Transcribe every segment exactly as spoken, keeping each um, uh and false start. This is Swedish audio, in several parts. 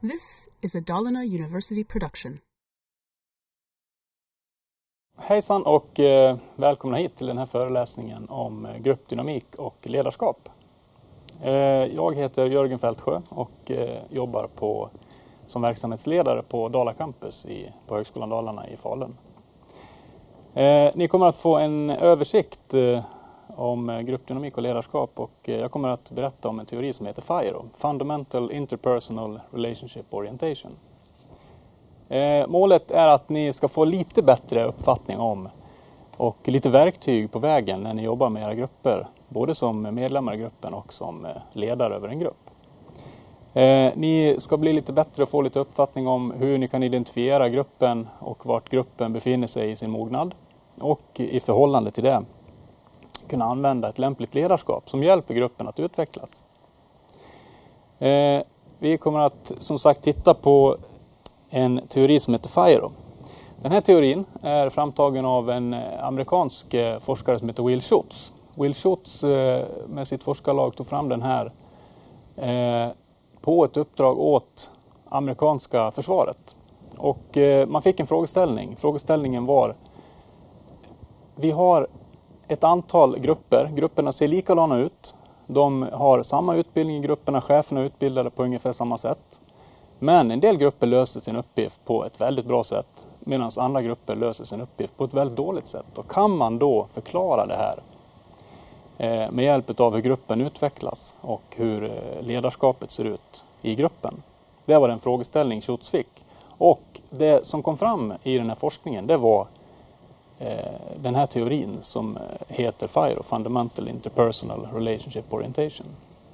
This is a Dalarna University production. Hejsan och eh, välkomna hit till den här föreläsningen om eh, gruppdynamik och ledarskap. Eh, jag heter Jörgen Fältsjö och eh, jobbar på, som verksamhetsledare på Dala Campus i, på Högskolan Dalarna i Falun. Eh, ni kommer att få en översikt eh, om gruppdynamik och ledarskap och eh, jag kommer att berätta om en teori som heter FIRO, Fundamental Interpersonal Relationship Orientation. Eh, målet är att ni ska få lite bättre uppfattning om och lite verktyg på vägen när ni jobbar med era grupper, både som medlemmar i gruppen och som eh, ledare över en grupp. Eh, ni ska bli lite bättre och få lite uppfattning om hur ni kan identifiera gruppen och vart gruppen befinner sig i sin mognad och i förhållande till det kunna använda ett lämpligt ledarskap som hjälper gruppen att utvecklas. Eh, vi kommer att som sagt titta på en teori som heter FIRO. Den här teorin är framtagen av en amerikansk forskare som heter Will Schutz. Will Schutz med sitt forskarlag tog fram den här på ett uppdrag åt amerikanska försvaret. Och man fick en frågeställning. Frågeställningen var: vi har ett antal grupper. Grupperna ser likadana ut. De har samma utbildning i grupperna. Cheferna är utbildade på ungefär samma sätt. Men en del grupper löser sin uppgift på ett väldigt bra sätt medan andra grupper löser sin uppgift på ett väldigt dåligt sätt. Och kan man då förklara det här med hjälp av hur gruppen utvecklas och hur ledarskapet ser ut i gruppen? Det var den frågeställning Schutz fick. Och det som kom fram i den här forskningen, det var den här teorin som heter FIRO, Fundamental Interpersonal Relationship Orientation.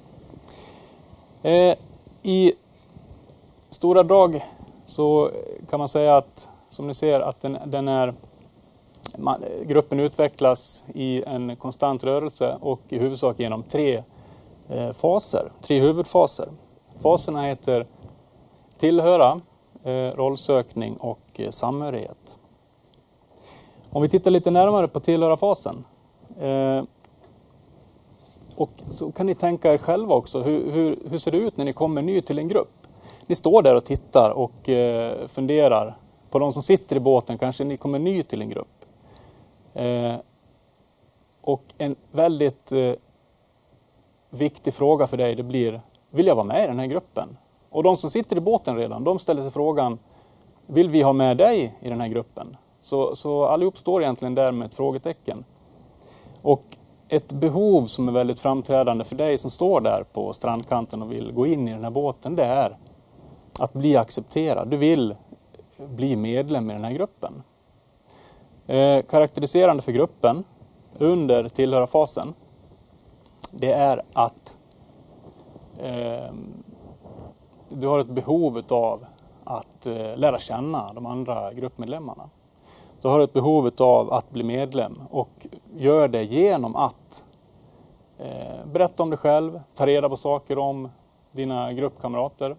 I stora drag så kan man säga att, som ni ser, att den, den är, man, gruppen utvecklas i en konstant rörelse och i huvudsak genom tre eh, faser, tre huvudfaser. Faserna heter tillhöra, eh, rollsökning och eh, samhörighet. Om vi tittar lite närmare på tillhöra-fasen eh, och så kan ni tänka er själva också, hur, hur, hur ser det ut när ni kommer ny till en grupp? Ni står där och tittar och eh, funderar på de som sitter i båten. Kanske ni kommer ny till en grupp. Eh, och en väldigt eh, viktig fråga för dig, det blir: vill jag vara med i den här gruppen? Och de som sitter i båten redan, de ställer sig frågan: vill vi ha med dig i den här gruppen? Så, så allihop står egentligen där med ett frågetecken. Och ett behov som är väldigt framträdande för dig som står där på strandkanten och vill gå in i den här båten, det är att bli accepterad. Du vill bli medlem i den här gruppen. Eh, karaktäriserande för gruppen under tillhöra-fasen, det är att eh, du har ett behov av att eh, lära känna de andra gruppmedlemmarna. Du har ett behov av att bli medlem och gör det genom att eh, berätta om dig själv, ta reda på saker om dina gruppkamrater.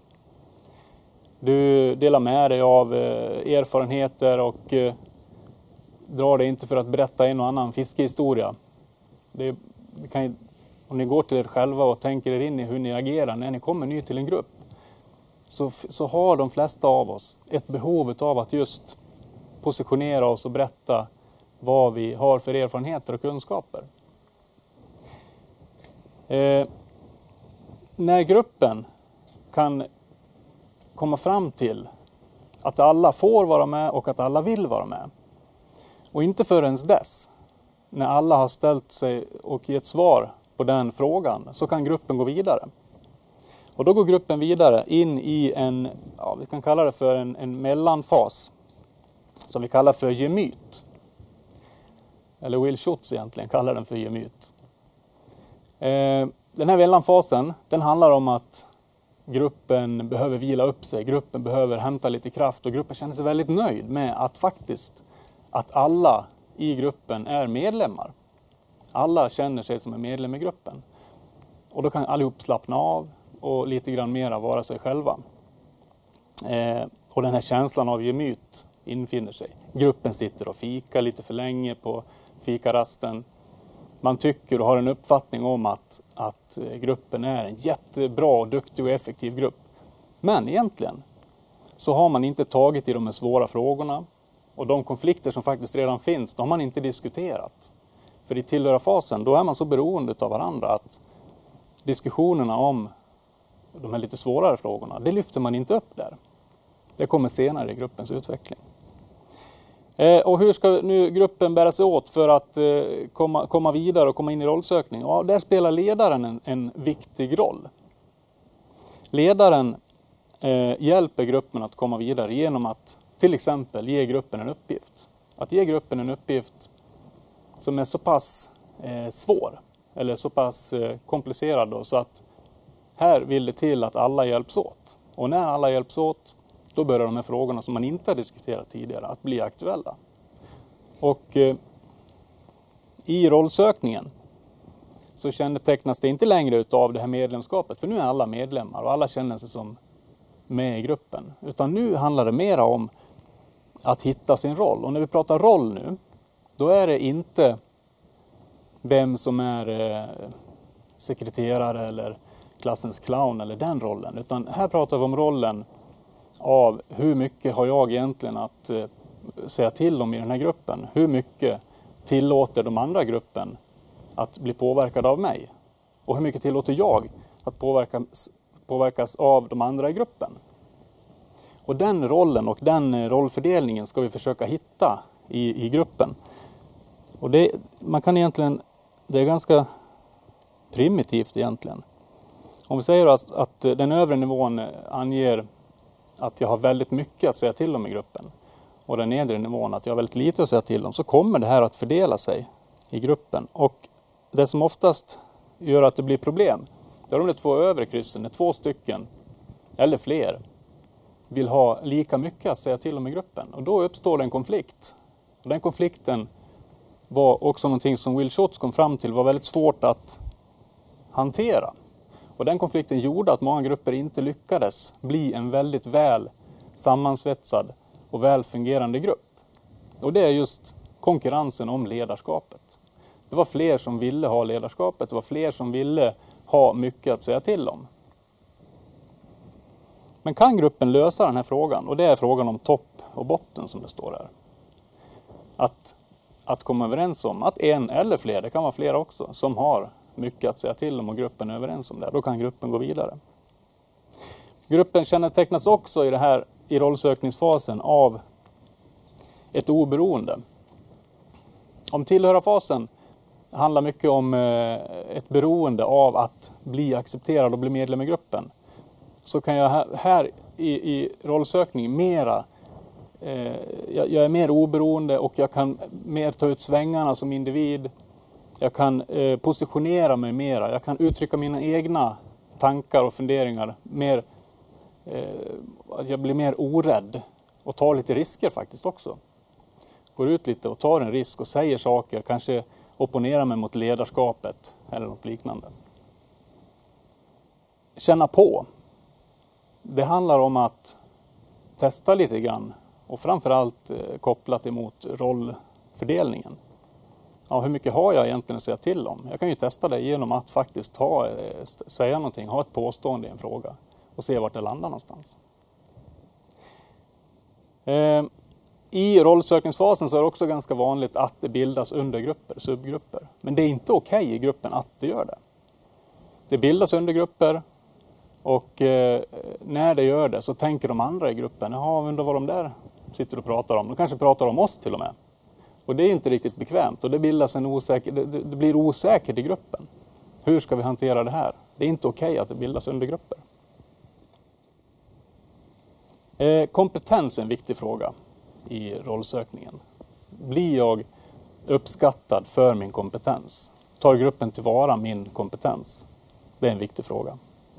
Du delar med dig av eh, erfarenheter och eh, drar dig inte för att berätta en och annan fiskehistoria. Det, det kan, om ni går till er själva och tänker er in i hur ni agerar när ni kommer ny till en grupp, så, så har de flesta av oss ett behov av att just positionera oss och berätta vad vi har för erfarenheter och kunskaper. Eh, när gruppen kan komma fram till att alla får vara med och att alla vill vara med, och inte förrän dess, när alla har ställt sig och gett svar på den frågan, så kan gruppen gå vidare. Och då går gruppen vidare in i en, ja, vi kan kalla det för en, en mellanfas som vi kallar för gemyt. Eller Will Schutz egentligen kallar den för gemyt. Eh, den här mellanfasen, den handlar om att gruppen behöver vila upp sig, gruppen behöver hämta lite kraft och gruppen känner sig väldigt nöjd med att faktiskt att alla i gruppen är medlemmar. Alla känner sig som en medlem i gruppen. Och då kan allihop slappna av och lite grann mera vara sig själva. Eh, och den här känslan av gemyt infinner sig. Gruppen sitter och fikar lite för länge på fikarasten. Man tycker och har en uppfattning om att, att gruppen är en jättebra, duktig och effektiv grupp. Men egentligen så har man inte tagit i de här svåra frågorna. Och de konflikter som faktiskt redan finns, de har man inte diskuterat. För i tillhörarfasen, då är man så beroende av varandra att diskussionerna om de här lite svårare frågorna, det lyfter man inte upp där. Det kommer senare i gruppens utveckling. Eh, och hur ska nu gruppen bära sig åt för att eh, komma, komma vidare och komma in i rollsökning? Ja, där spelar ledaren en, en viktig roll. Ledaren eh, hjälper gruppen att komma vidare genom att till exempel ge gruppen en uppgift. Att ge gruppen en uppgift som är så pass eh, svår eller så pass eh, komplicerad då, så att här vill det till att alla hjälps åt. Och när alla hjälps åt, då börjar de här frågorna som man inte har diskuterat tidigare att bli aktuella. Och eh, i rollsökningen så kännetecknas det inte längre utav det här medlemskapet. För nu är alla medlemmar och alla känner sig som med i gruppen. Utan nu handlar det mer om att hitta sin roll. Och när vi pratar roll nu, då är det inte vem som är eh, sekreterare eller klassens clown eller den rollen. Utan här pratar vi om rollen av hur mycket har jag egentligen att eh, säga till om i den här gruppen. Hur mycket tillåter de andra gruppen att bli påverkad av mig? Och hur mycket tillåter jag att påverkas, påverkas av de andra i gruppen? Och den rollen och den rollfördelningen ska vi försöka hitta i, i gruppen. Och det, man kan egentligen, det är ganska primitivt egentligen. Om vi säger att, att den övre nivån anger att jag har väldigt mycket att säga till om i gruppen och den nedre nivån att jag har väldigt lite att säga till om, så kommer det här att fördela sig i gruppen. Och det som oftast gör att det blir problem, det är om de två övre kryssen, när två stycken eller fler vill ha lika mycket att säga till om i gruppen. Och då uppstår det en konflikt. Och den konflikten var också någonting som Will Schutz kom fram till var väldigt svårt att hantera. Och den konflikten gjorde att många grupper inte lyckades bli en väldigt väl sammansvetsad och väl fungerande grupp. Och det är just konkurrensen om ledarskapet. Det var fler som ville ha ledarskapet, det var fler som ville ha mycket att säga till om. Men kan gruppen lösa den här frågan? Och det är frågan om topp och botten som det står här. Att, att komma överens om att en eller fler, det kan vara flera också, som har mycket att säga till om och gruppen är överens om det. Då kan gruppen gå vidare. Gruppen kännetecknas också i det här i rollsökningsfasen av ett oberoende. Om tillhörarfasen handlar mycket om ett beroende av att bli accepterad och bli medlem i gruppen, så kan jag här, här i, i rollsökning mera eh, jag, jag är mer oberoende och jag kan mer ta ut svängarna som individ. Jag kan eh, positionera mig mera. Jag kan uttrycka mina egna tankar och funderingar mer. Eh, att jag blir mer orädd och tar lite risker faktiskt också. Går ut lite och tar en risk och säger saker. Kanske opponerar mig mot ledarskapet eller något liknande. Känna på. Det handlar om att testa lite grann och framförallt eh, kopplat emot rollfördelningen. Ja, hur mycket har jag egentligen att säga till om? Jag kan ju testa det genom att faktiskt ta, eh, säga någonting, ha ett påstående i en fråga och se vart det landar någonstans. Eh, I rollsökningsfasen så är det också ganska vanligt att det bildas undergrupper, subgrupper. Men det är inte okej i gruppen att det gör det. Det bildas undergrupper. Och eh, när det gör det så tänker de andra i gruppen, jaha, undrar vad de där sitter och pratar om. De kanske pratar om oss till och med. Och det är inte riktigt bekvämt och det, bildas en osäker, det, det blir osäkert i gruppen. Hur ska vi hantera det här? Det är inte okej att det bildas undergrupper. Eh, kompetens är en viktig fråga i rollsökningen. Blir jag uppskattad för min kompetens? Tar gruppen tillvara min kompetens? Det är en viktig fråga.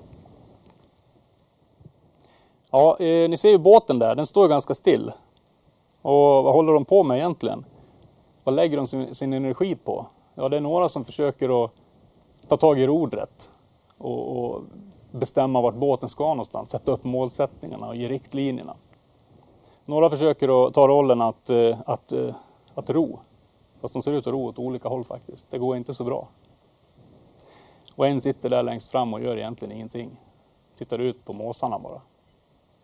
Ja, eh, ni ser ju båten där, den står ganska still. Och vad håller de på med egentligen? Vad lägger de sin, sin energi på? Ja, det är några som försöker att ta tag i rodret och, och bestämma vart båten ska någonstans. Sätta upp målsättningarna och ge riktlinjerna. Några försöker att ta rollen att, att, att, att ro. Fast de ser ut att ro åt olika håll faktiskt. Det går inte så bra. Och en sitter där längst fram och gör egentligen ingenting. Tittar ut på måsarna bara.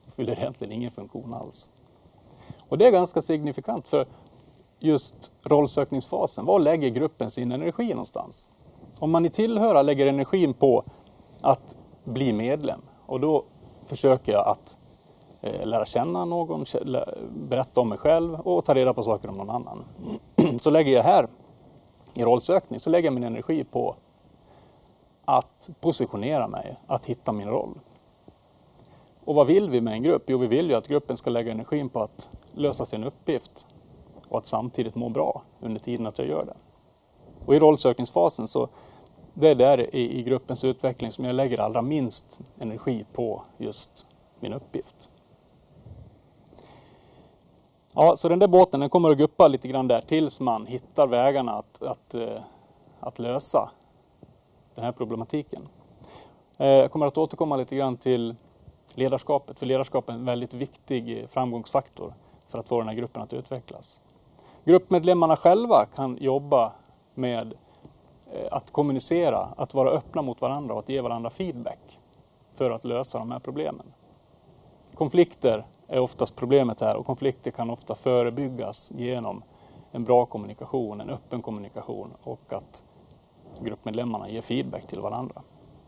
Det fyller egentligen ingen funktion alls. Och det är ganska signifikant för just rollsökningsfasen. Var lägger gruppen sin energi någonstans? Om man i tillhöra lägger energin på att bli medlem och då försöker jag att eh, lära känna någon, berätta om mig själv och ta reda på saker om någon annan. Så lägger jag här i rollsökning så lägger jag min energi på att positionera mig, att hitta min roll. Och vad vill vi med en grupp? Jo, vi vill ju att gruppen ska lägga energin på att lösa sin uppgift och att samtidigt må bra under tiden att jag gör det. Och i rollsökningsfasen så det är där i, i gruppens utveckling som jag lägger allra minst energi på just min uppgift. Ja, så den där båten den kommer att guppa lite grann där tills man hittar vägarna att, att, att lösa den här problematiken. Jag kommer att återkomma lite grann till ledarskapet, för ledarskap är en väldigt viktig framgångsfaktor för att få den här gruppen att utvecklas. Gruppmedlemmarna själva kan jobba med att kommunicera, att vara öppna mot varandra och att ge varandra feedback för att lösa de här problemen. Konflikter är oftast problemet här och konflikter kan ofta förebyggas genom en bra kommunikation, en öppen kommunikation och att gruppmedlemmarna ger feedback till varandra.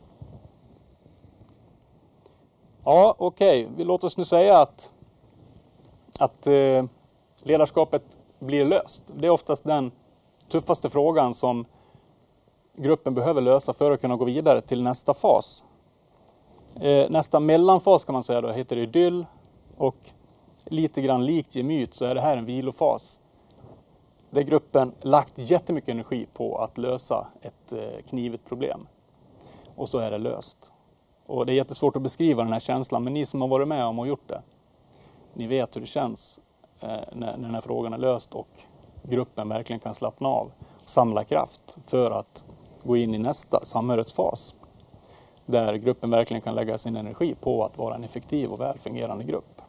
Ja, okej. Okay. Vi låter oss nu säga att, att eh, ledarskapet blir löst. Det är oftast den tuffaste frågan som gruppen behöver lösa för att kunna gå vidare till nästa fas. Eh, nästa mellanfas kan man säga då heter idyll och lite grann likt gemyt så är det här en vilofas. Där gruppen lagt jättemycket energi på att lösa ett eh, knivigt problem. Och så är det löst. Och det är jättesvårt att beskriva den här känslan, men ni som har varit med om och gjort det, ni vet hur det känns eh, när, när den här frågan är löst och gruppen verkligen kan slappna av och samla kraft för att gå in i nästa samhörighetsfas. Där gruppen verkligen kan lägga sin energi på att vara en effektiv och välfungerande grupp.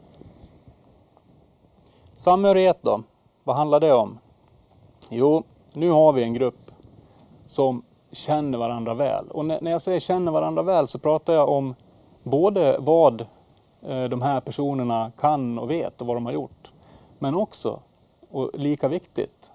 Samhörighet då, vad handlar det om? Jo, nu har vi en grupp som känner varandra väl. Och när jag säger känner varandra väl så pratar jag om både vad de här personerna kan och vet och vad de har gjort. Men också, och lika viktigt,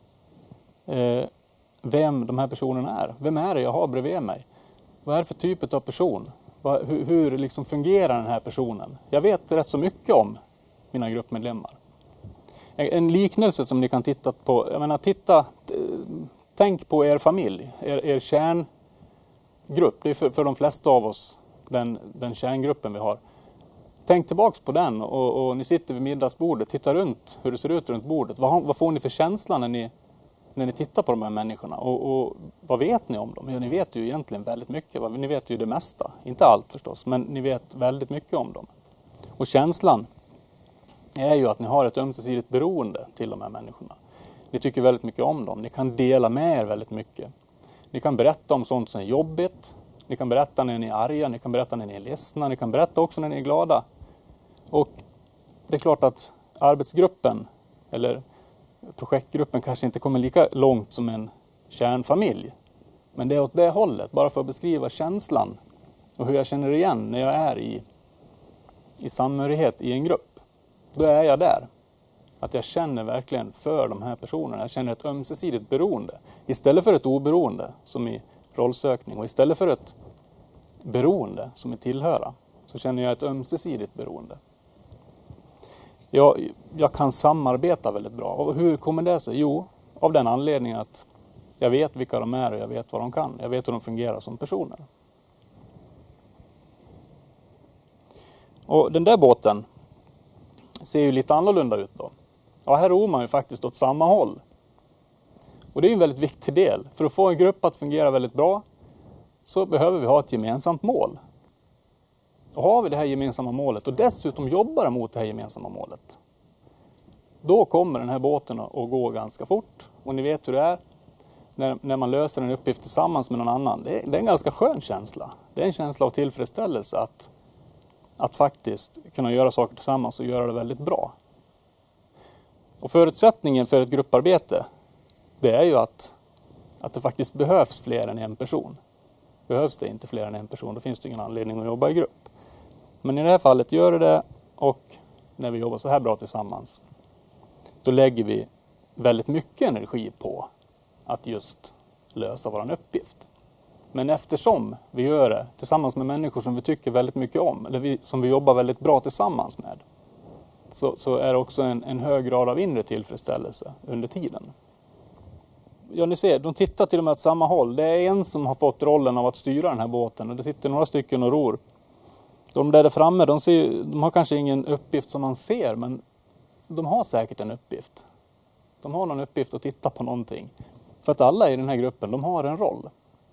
vem de här personerna är. Vem är det jag har bredvid mig? Vad är det för typ av person? Hur, hur liksom fungerar den här personen? Jag vet rätt så mycket om mina gruppmedlemmar. En liknelse som ni kan titta på, jag menar titta, tänk på er familj, er, er kärngrupp. Det är för, för de flesta av oss den, den kärngruppen vi har. Tänk tillbaks på den och, och ni sitter vid middagsbordet, titta runt hur det ser ut runt bordet. Vad, vad får ni för känsla när ni, när ni tittar på de här människorna? Och, och vad vet ni om dem? Ja, ni vet ju egentligen väldigt mycket. Ni vet ju det mesta. Inte allt förstås, men ni vet väldigt mycket om dem. Och känslan är ju att ni har ett ömsesidigt beroende till de här människorna. Ni tycker väldigt mycket om dem. Ni kan dela med er väldigt mycket. Ni kan berätta om sånt som är jobbigt. Ni kan berätta när ni är arga. Ni kan berätta när ni är ledsna. Ni kan berätta också när ni är glada. Och det är klart att arbetsgruppen eller projektgruppen kanske inte kommer lika långt som en kärnfamilj. Men det är åt det hållet. Bara för att beskriva känslan och hur jag känner igen när jag är i, i samhörighet i en grupp. Då är jag där. Att jag känner verkligen för de här personerna. Jag känner ett ömsesidigt beroende. Istället för ett oberoende som i rollsökning. Och istället för ett beroende som i tillhöra. Så känner jag ett ömsesidigt beroende. Jag, jag kan samarbeta väldigt bra. Och hur kommer det sig? Jo, av den anledningen att jag vet vilka de är och jag vet vad de kan. Jag vet hur de fungerar som personer. Och den där båten ser ju lite annorlunda ut då. Ja, här ror man ju faktiskt åt samma håll. Och det är en väldigt viktig del. För att få en grupp att fungera väldigt bra så behöver vi ha ett gemensamt mål. Och har vi det här gemensamma målet och dessutom jobbar mot det här gemensamma målet, då kommer den här båten att gå ganska fort. Och ni vet hur det är när, när man löser en uppgift tillsammans med någon annan. Det är, det är en ganska skön känsla. Det är en känsla av tillfredsställelse att, att faktiskt kunna göra saker tillsammans och göra det väldigt bra. Och förutsättningen för ett grupparbete, det är ju att, att det faktiskt behövs fler än en person. Behövs det inte fler än en person, då finns det ingen anledning att jobba i grupp. Men i det här fallet gör det det, och när vi jobbar så här bra tillsammans, då lägger vi väldigt mycket energi på att just lösa vår uppgift. Men eftersom vi gör det tillsammans med människor som vi tycker väldigt mycket om, eller vi, som vi jobbar väldigt bra tillsammans med, så, så är det också en, en hög grad av inre tillfredsställelse under tiden. Ja, ni ser, de tittar till och med åt samma håll. Det är en som har fått rollen av att styra den här båten, och det sitter några stycken och ror. De där, där framme, de, ser, de har kanske ingen uppgift som man ser, men de har säkert en uppgift. De har någon uppgift att titta på någonting. För att alla i den här gruppen, de har en roll.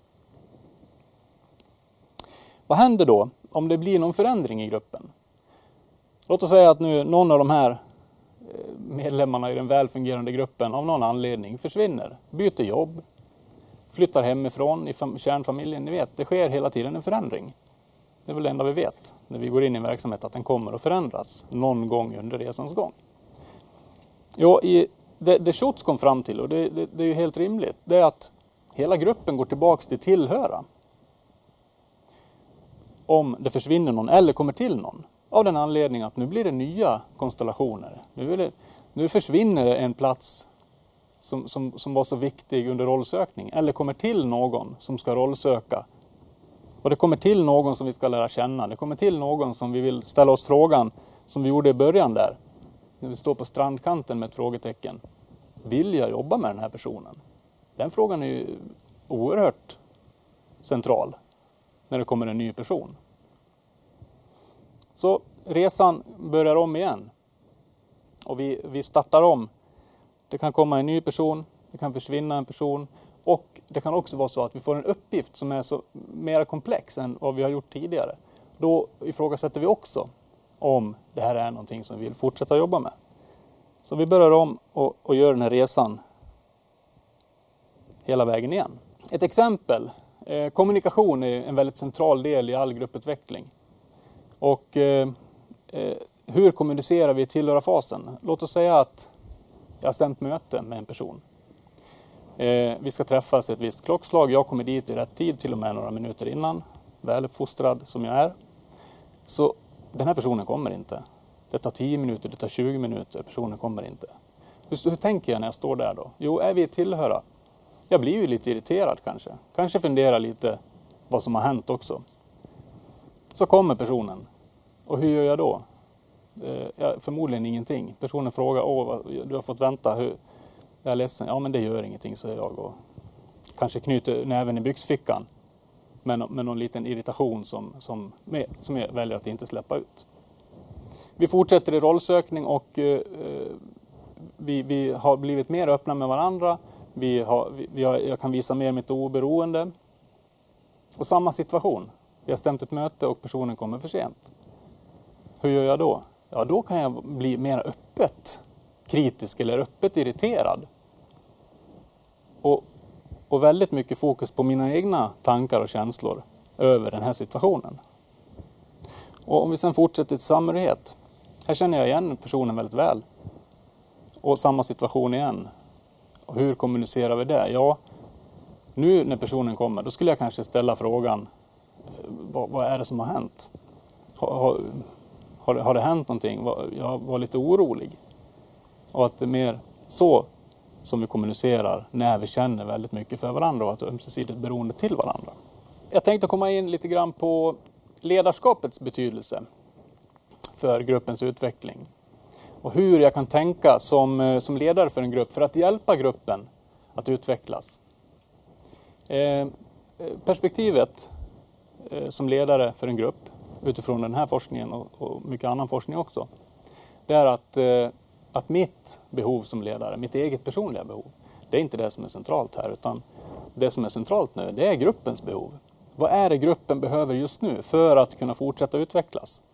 Vad händer då om det blir någon förändring i gruppen? Låt oss säga att nu någon av de här medlemmarna i den välfungerande gruppen av någon anledning försvinner. Byter jobb, flyttar hemifrån i kärnfamiljen. Ni vet, det sker hela tiden en förändring. Det är väl det enda vi vet när vi går in i en verksamhet, att den kommer att förändras någon gång under resans gång. Jo, i det, det Schutz kom fram till, och det, det, det är ju helt rimligt, det är att hela gruppen går tillbaka till tillhöra. Om det försvinner någon eller kommer till någon. Av den anledningen att nu blir det nya konstellationer. Nu, det, nu försvinner det en plats som, som, som var så viktig under rollsökning. Eller kommer till någon som ska rollsöka. Och det kommer till någon som vi ska lära känna. Det kommer till någon som vi vill ställa oss frågan, som vi gjorde i början där. När vi står på strandkanten med ett frågetecken. Vill jag jobba med den här personen? Den frågan är ju oerhört central när det kommer en ny person. Så resan börjar om igen. Och vi, vi startar om. Det kan komma en ny person, det kan försvinna en person. Och det kan också vara så att vi får en uppgift som är så mer komplex än vad vi har gjort tidigare. Då ifrågasätter vi också om det här är någonting som vi vill fortsätta jobba med. Så vi börjar om och, och gör den här resan hela vägen igen. Ett exempel. Eh, kommunikation är en väldigt central del i all grupputveckling. Och eh, eh, hur kommunicerar vi i tillhörarfasen? Låt oss säga att jag har stämt möte med en person. Eh, vi ska träffas ett visst klockslag. Jag kommer dit i rätt tid, till och med några minuter innan. Väl uppfostrad som jag är. Så den här personen kommer inte. Det tar tio minuter, det tar tjugo minuter. Personen kommer inte. Hur, hur tänker jag när jag står där då? Jo, är vi tillhöra? Jag blir ju lite irriterad kanske. Kanske funderar lite vad som har hänt också. Så kommer personen. Och hur gör jag då? Eh, ja, förmodligen ingenting. Personen frågar, åh, du har fått vänta. Hur? Jag är ledsen. Ja, men det gör ingenting, säger jag. Och kanske knyter näven i byxfickan. Med, med någon liten irritation som, som, med, som jag väljer att inte släppa ut. Vi fortsätter i rollsökning och eh, vi, vi har blivit mer öppna med varandra. Vi har, vi, vi har, jag kan visa mer mitt oberoende. Och samma situation. Vi har stämt ett möte och personen kommer för sent. Hur gör jag då? Ja, då kan jag bli mer öppet kritisk eller öppet irriterad. Och, och väldigt mycket fokus på mina egna tankar och känslor över den här situationen. Och om vi sedan fortsätter till samhörighet. Här känner jag igen personen väldigt väl. Och samma situation igen. Och hur kommunicerar vi det? Ja, nu när personen kommer, då skulle jag kanske ställa frågan, vad, vad är det som har hänt? Har, har, har det hänt någonting? Jag var lite orolig. Och att det är mer så som vi kommunicerar när vi känner väldigt mycket för varandra och att ömsesidigt beroende till varandra. Jag tänkte komma in lite grann på ledarskapets betydelse för gruppens utveckling. Och hur jag kan tänka som, som ledare för en grupp för att hjälpa gruppen att utvecklas. Eh, perspektivet eh, som ledare för en grupp utifrån den här forskningen och, och mycket annan forskning också. Det är att, eh, att mitt behov som ledare, mitt eget personliga behov, det är inte det som är centralt här, utan det som är centralt nu, det är gruppens behov. Vad är det gruppen behöver just nu för att kunna fortsätta utvecklas?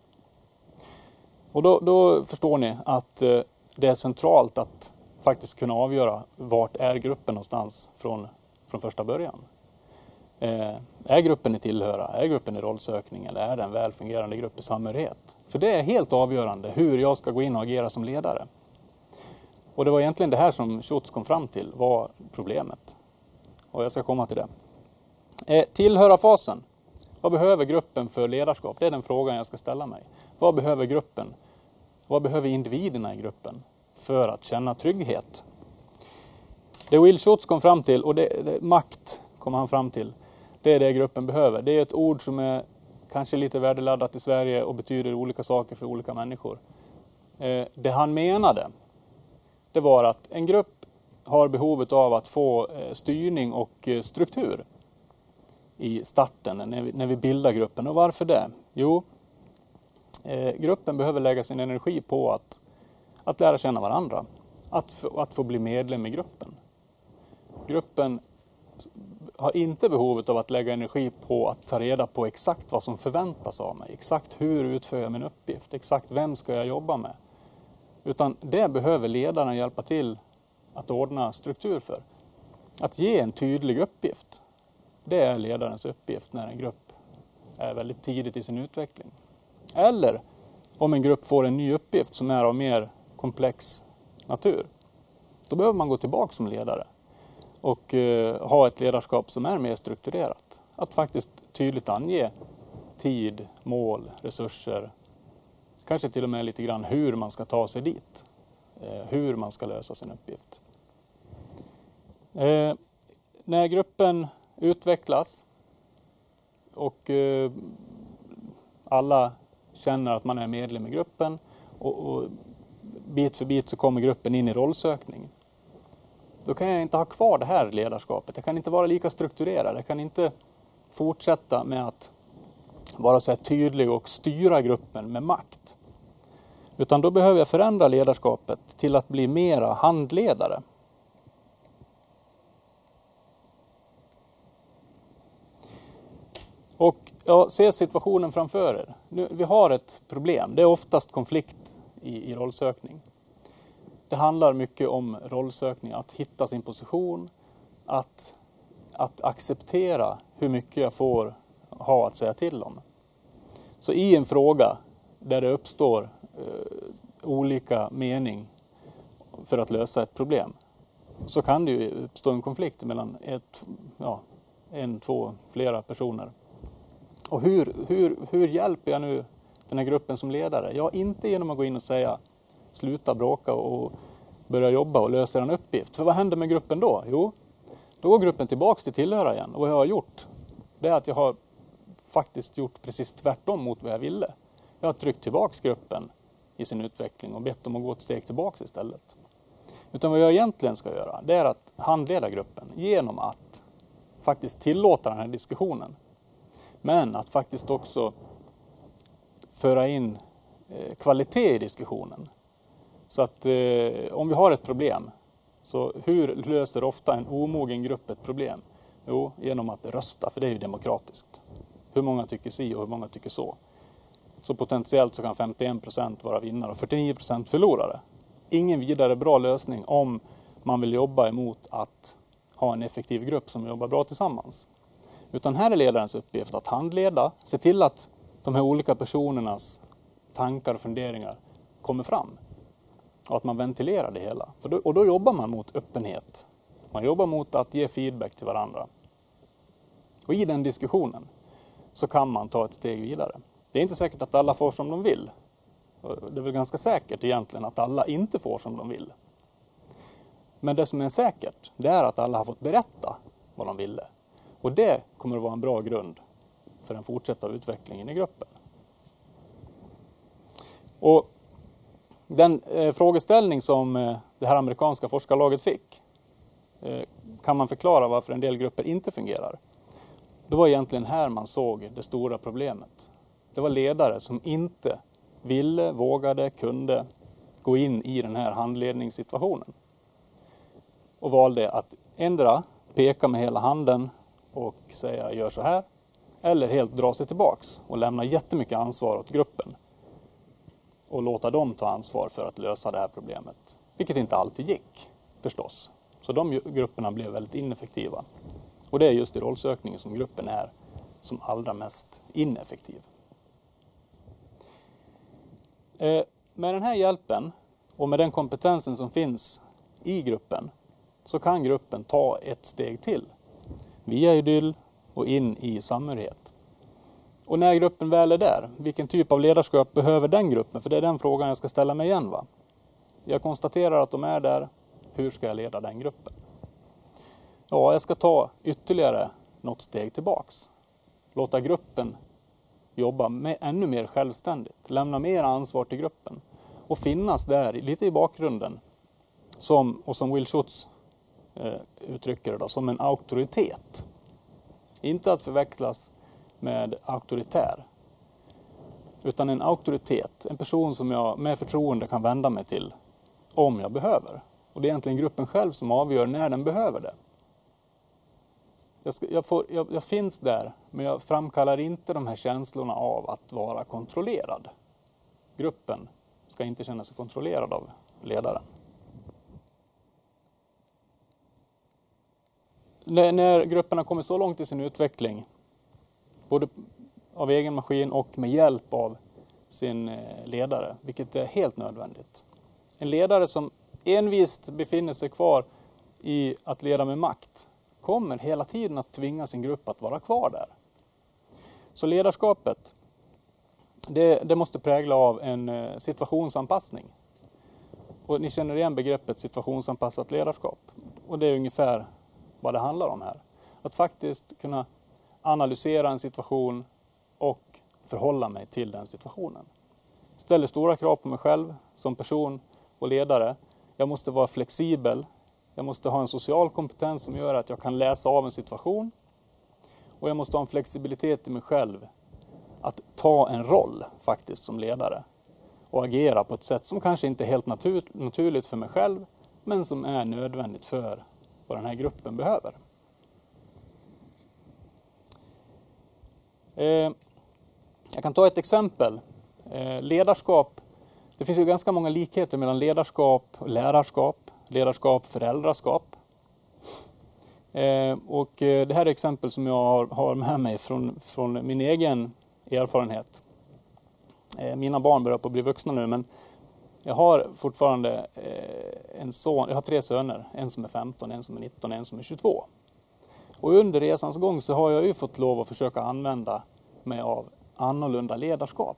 Och då, då förstår ni att eh, det är centralt att faktiskt kunna avgöra vart är gruppen någonstans från, från första början. Eh, är gruppen i tillhöra, är gruppen i rollsökning eller är det en välfungerande grupp i samhörighet? För det är helt avgörande hur jag ska gå in och agera som ledare. Och det var egentligen det här som Schutz kom fram till var problemet. Och jag ska komma till det. Eh, tillhörarfasen. Vad behöver gruppen för ledarskap? Det är den frågan jag ska ställa mig. Vad behöver gruppen? Vad behöver individerna i gruppen för att känna trygghet? Det Will Schutz kom fram till, och det, det, makt kom han fram till, det är det gruppen behöver. Det är ett ord som är kanske lite värdeladdat i Sverige och betyder olika saker för olika människor. Eh, det han menade, det var att en grupp har behovet av att få eh, styrning och eh, struktur i starten när vi, när vi bildar gruppen. Och varför det? Jo, eh, gruppen behöver lägga sin energi på att, att lära känna varandra. Att, att få bli medlem i gruppen. Gruppen har inte behovet av att lägga energi på att ta reda på exakt vad som förväntas av mig. Exakt hur utför jag min uppgift. Exakt vem ska jag jobba med. Utan det behöver ledaren hjälpa till att ordna struktur för. Att ge en tydlig uppgift. Det är ledarens uppgift när en grupp är väldigt tidigt i sin utveckling. Eller om en grupp får en ny uppgift som är av mer komplex natur. Då behöver man gå tillbaka som ledare och eh, ha ett ledarskap som är mer strukturerat. Att faktiskt tydligt ange tid, mål, resurser. Kanske till och med lite grann hur man ska ta sig dit. Eh, hur man ska lösa sin uppgift. Eh, när gruppen utvecklas och eh, alla känner att man är medlem i gruppen och, och bit för bit så kommer gruppen in i rollsökning. Då kan jag inte ha kvar det här ledarskapet. Jag kan inte vara lika strukturerad. Jag kan inte fortsätta med att vara så här tydlig och styra gruppen med makt. Utan då behöver jag förändra ledarskapet till att bli mera handledare. Och ja, se situationen framför er. Nu, vi har ett problem. Det är oftast konflikt i, i rollsökning. Det handlar mycket om rollsökning, att hitta sin position, att, att acceptera hur mycket jag får ha att säga till om. Så i en fråga där det uppstår eh, olika mening för att lösa ett problem så kan det ju uppstå en konflikt mellan ett, ja, en, två, flera personer. Och hur, hur, hur hjälper jag nu den här gruppen som ledare? Ja, inte genom att gå in och säga sluta bråka och börja jobba och lösa en uppgift. För vad händer med gruppen då? Jo, då går gruppen tillbaka till tillhöra igen. Och vad jag har gjort, det är att jag har faktiskt gjort precis tvärtom mot vad jag ville. Jag har tryckt tillbaka gruppen i sin utveckling och bett dem att gå ett steg tillbaka istället. Utan vad jag egentligen ska göra, det är att handleda gruppen genom att faktiskt tillåta den här diskussionen. Men att faktiskt också föra in eh, kvalitet i diskussionen. Så att eh, om vi har ett problem, så hur löser ofta en omogen grupp ett problem? Jo, genom att rösta, för det är ju demokratiskt. Hur många tycker si och hur många tycker så. Så potentiellt så kan femtioen procent vara vinnare och fyrtionio procent förlorare. Ingen vidare bra lösning om man vill jobba emot att ha en effektiv grupp som jobbar bra tillsammans. Utan här är ledarens uppgift att handleda, se till att de här olika personernas tankar och funderingar kommer fram. Och att man ventilerar det hela. För då, och då jobbar man mot öppenhet. Man jobbar mot att ge feedback till varandra. Och i den diskussionen så kan man ta ett steg vidare. Det är inte säkert att alla får som de vill. Det är väl ganska säkert egentligen att alla inte får som de vill. Men det som är säkert, det är att alla har fått berätta vad de ville. Och det kommer att vara en bra grund för den fortsatta utvecklingen i gruppen. Och den eh, frågeställning som eh, det här amerikanska forskarlaget fick eh, kan man förklara varför en del grupper inte fungerar. Det var egentligen här man såg det stora problemet. Det var ledare som inte ville, vågade, kunde gå in i den här handledningssituationen. Och valde att ändra, peka med hela handen och säga gör så här. Eller helt dra sig tillbaks och lämna jättemycket ansvar åt gruppen. Och låta dem ta ansvar för att lösa det här problemet. Vilket inte alltid gick, förstås. Så de grupperna blev väldigt ineffektiva. Och det är just i rollsökningen som gruppen är som allra mest ineffektiv. Eh, med den här hjälpen och med den kompetensen som finns i gruppen så kan gruppen ta ett steg till. Via idyll och in i samhörighet. Och när gruppen väl är där, vilken typ av ledarskap behöver den gruppen? För det är den frågan jag ska ställa mig igen, va? Jag konstaterar att de är där. Hur ska jag leda den gruppen? Ja, jag ska ta ytterligare något steg tillbaks. Låta gruppen jobba med ännu mer självständigt. Lämna mer ansvar till gruppen. Och finnas där lite i bakgrunden. Som, och som Will Schutz eh, uttrycker det då, som en auktoritet. Inte att förväxlas med auktoritär. Utan en auktoritet. En person som jag med förtroende kan vända mig till om jag behöver. Och det är egentligen gruppen själv som avgör när den behöver det. Jag, ska, jag, får, jag, jag finns där, men jag framkallar inte de här känslorna av att vara kontrollerad. Gruppen ska inte känna sig kontrollerad av ledaren. När, när gruppen har kommit så långt i sin utveckling, både av egen maskin och med hjälp av sin ledare, vilket är helt nödvändigt. En ledare som envist befinner sig kvar i att leda med makt kommer hela tiden att tvinga sin grupp att vara kvar där. Så ledarskapet, det, det måste prägla av en situationsanpassning. Och ni känner igen begreppet situationsanpassat ledarskap. Och det är ungefär vad det handlar om här. Att faktiskt kunna analysera en situation och förhålla mig till den situationen. Ställer stora krav på mig själv som person och ledare. Jag måste vara flexibel. Jag måste ha en social kompetens som gör att jag kan läsa av en situation. Och jag måste ha en flexibilitet i mig själv att ta en roll faktiskt som ledare. Och agera på ett sätt som kanske inte är helt natur- naturligt för mig själv, men som är nödvändigt för vad den här gruppen behöver. Eh, jag kan ta ett exempel. Eh, ledarskap. Det finns ju ganska många likheter mellan ledarskap och lärarskap. Ledarskap, föräldraskap. Eh, och eh, det här är exempel som jag har, har med mig från, från min egen erfarenhet. Eh, mina barn börjar på att bli vuxna nu, men jag har fortfarande eh, en son. Jag har tre söner. En som är femton, en som är nitton och en som är tjugotvå. Och under resans gång så har jag ju fått lov att försöka använda mig av annorlunda ledarskap.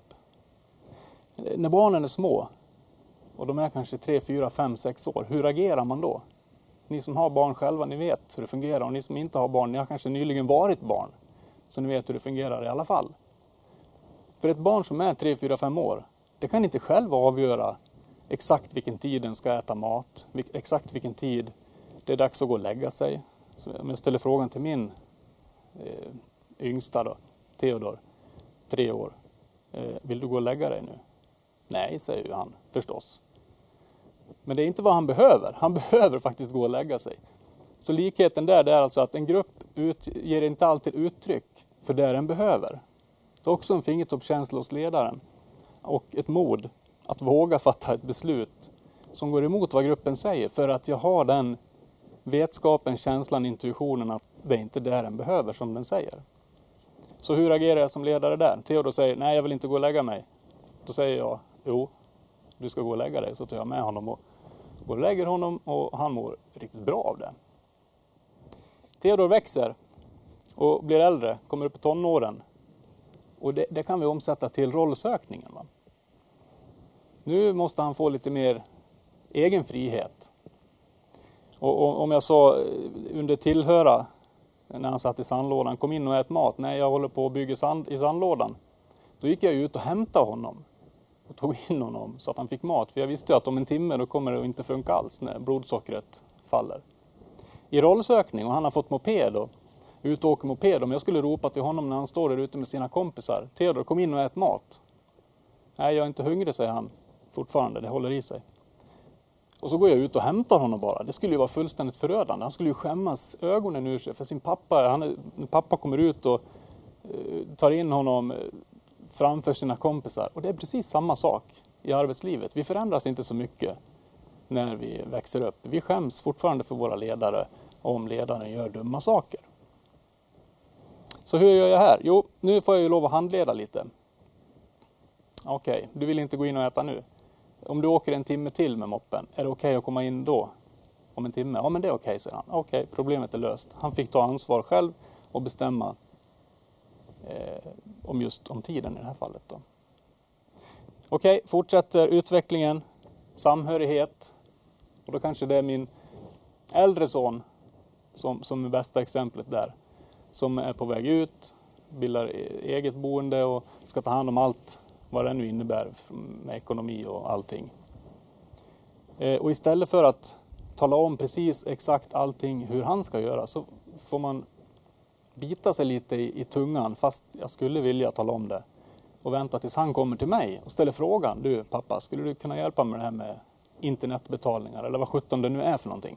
När barnen är små, och de är kanske tre, fyra, fem, sex år, hur agerar man då? Ni som har barn själva, ni vet hur det fungerar. Och ni som inte har barn, ni har kanske nyligen varit barn. Så ni vet hur det fungerar i alla fall. För ett barn som är tre, fyra, fem år, det kan inte själv avgöra exakt vilken tid den ska äta mat. Exakt vilken tid det är dags att gå och lägga sig. Så om jag ställer frågan till min eh, yngsta då, Theodor, tre år. Eh, vill du gå och lägga dig nu? Nej, säger ju han, förstås. Men det är inte vad han behöver. Han behöver faktiskt gå och lägga sig. Så likheten där det är alltså att en grupp ut, ger inte alltid uttryck för det den behöver. Det är också en fingertoppskänsla hos ledaren. Och ett mod att våga fatta ett beslut som går emot vad gruppen säger. För att jag har den vetskapen, känslan, intuitionen att det är inte det den behöver som den säger. Så hur agerar jag som ledare där? Theodor säger, nej jag vill inte gå och lägga mig. Då säger jag, jo, du ska gå och lägga dig. Så tar jag med honom och går och lägger honom och han mår riktigt bra av det. Theodor växer och blir äldre, kommer upp i tonåren. Och det, det kan vi omsätta till rollsökningen. Va? Nu måste han få lite mer egen frihet. Och, och om jag sa under tillhöra, när han satt i sandlådan, kom in och ät mat. Nej, jag håller på att bygga sand, i sandlådan. Då gick jag ut och hämtade honom. Och tog in honom så att han fick mat. För jag visste att om en timme då kommer det inte funka alls när blodsockret faller. I rollsökning, och han har fått moped och ut och åker moped. Om jag skulle ropa till honom när han står där ute med sina kompisar. Theodor, kom in och ät mat. Nej, jag är inte hungrig, säger han. Fortfarande, det håller i sig. Och så går jag ut och hämtar honom bara. Det skulle ju vara fullständigt förödande. Han skulle ju skämmas ögonen ur sig för sin pappa. Han är, pappa kommer ut och uh, tar in honom framför sina kompisar. Och det är precis samma sak i arbetslivet. Vi förändras inte så mycket när vi växer upp. Vi skäms fortfarande för våra ledare om ledaren gör dumma saker. Så hur gör jag här? Jo, nu får jag ju lov att handleda lite. Okej, okay, du vill inte gå in och äta nu. Om du åker en timme till med moppen, är det okej okay att komma in då? Om en timme? Ja, men det är okej, okay, säger han. Okej, okay, problemet är löst. Han fick ta ansvar själv och bestämma eh, om just om tiden i det här fallet då. Okej, fortsätter utvecklingen, samhörighet. Och då kanske det är min äldre son som, som är bästa exemplet där. Som är på väg ut, bildar eget boende och ska ta hand om allt vad det nu innebär med ekonomi och allting. Eh, och istället för att tala om precis exakt allting hur han ska göra så får man bita sig lite i, i tungan fast jag skulle vilja tala om det. Och vänta tills han kommer till mig och ställer frågan. Du pappa, skulle du kunna hjälpa mig med det här med internetbetalningar eller vad sjutton det nu är för någonting?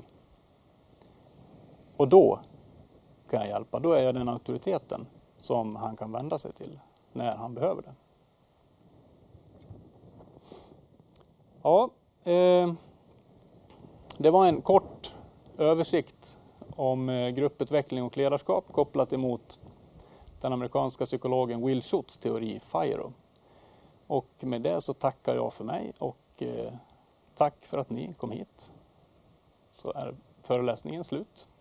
Och då kan jag hjälpa. Då är jag den auktoriteten som han kan vända sig till när han behöver det. Ja, eh, det var en kort översikt om eh, grupputveckling och ledarskap kopplat emot den amerikanska psykologen Will Schutz teori FIRO. Och med det så tackar jag för mig och eh, tack för att ni kom hit. Så är föreläsningen slut.